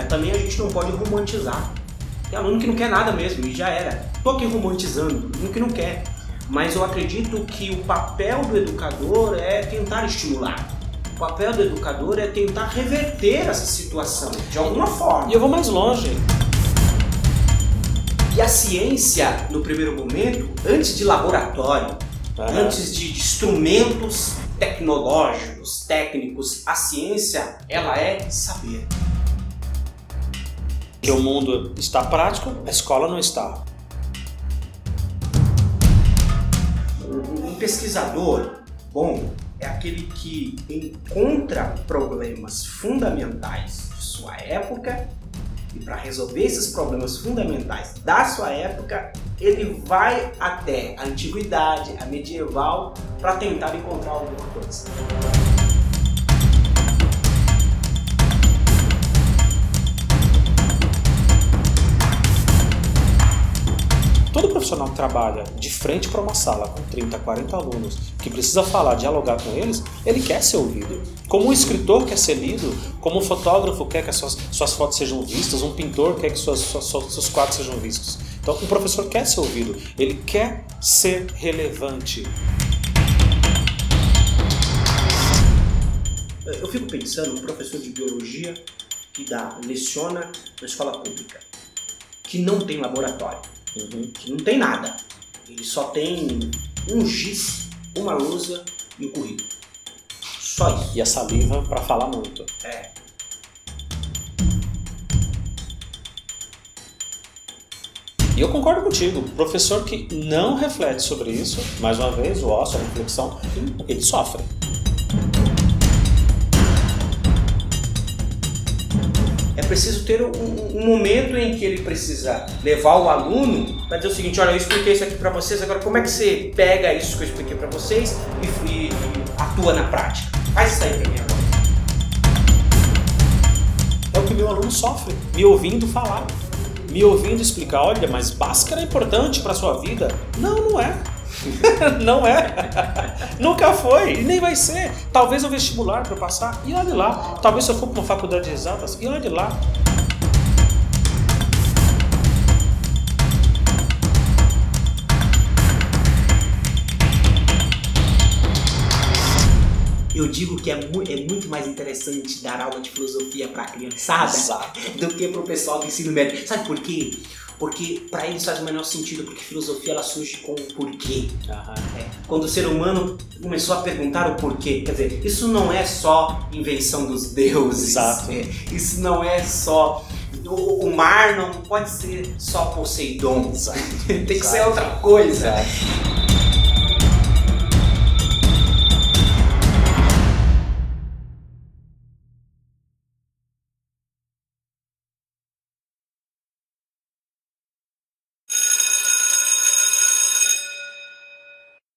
também a gente não pode romantizar. Tem aluno que não quer nada mesmo e já era. Tô aqui romantizando, aluno que não quer. Mas eu acredito que o papel do educador é tentar estimular. O papel do educador é tentar reverter essa situação de alguma forma. E eu vou mais longe. E a ciência, no primeiro momento, antes de laboratório, antes de instrumentos tecnológicos, técnicos, a ciência, ela é saber. Que o mundo está prático, a escola não está. Um pesquisador bom é aquele que encontra problemas fundamentais de sua época e para resolver esses problemas fundamentais da sua época, ele vai até a antiguidade, a medieval, para tentar encontrar alguma coisa. Todo profissional que trabalha de frente para uma sala com 30, 40 alunos, que precisa falar, dialogar com eles, ele quer ser ouvido. Como um escritor quer ser lido, como um fotógrafo quer que as suas fotos sejam vistas, um pintor quer que seus quadros sejam vistos. Então, o professor quer ser ouvido, ele quer ser relevante. Eu fico pensando um professor de biologia que leciona na escola pública, que não tem laboratório. Que não tem nada, ele só tem um giz, uma lousa e um currículo, só isso. E a saliva para falar muito. E eu concordo contigo, o professor que não reflete sobre isso, mais uma vez, o ócio, a reflexão, ele sofre. É preciso ter um momento em que ele precisa levar o aluno para dizer o seguinte: olha, eu expliquei isso aqui para vocês, agora como é que você pega isso que eu expliquei para vocês e atua na prática? Faz isso aí para mim agora. É o que meu aluno sofre, me ouvindo falar, me ouvindo explicar, olha, mas Bhaskara é importante para a sua vida. Não é. Não é. Nunca foi e nem vai ser. Talvez o vestibular para eu passar, e olhe lá. Talvez se eu for para uma faculdade de exatas, e olhe lá. Eu digo que é muito mais interessante dar aula de filosofia para a criançada do que para o pessoal do ensino médio. Sabe por quê? Porque para eles faz o menor sentido, porque filosofia ela surge com o porquê. Quando o ser humano começou a perguntar o porquê, quer dizer, isso não é só invenção dos deuses, isso não é só... O mar não pode ser só Poseidon, tem que ser outra coisa.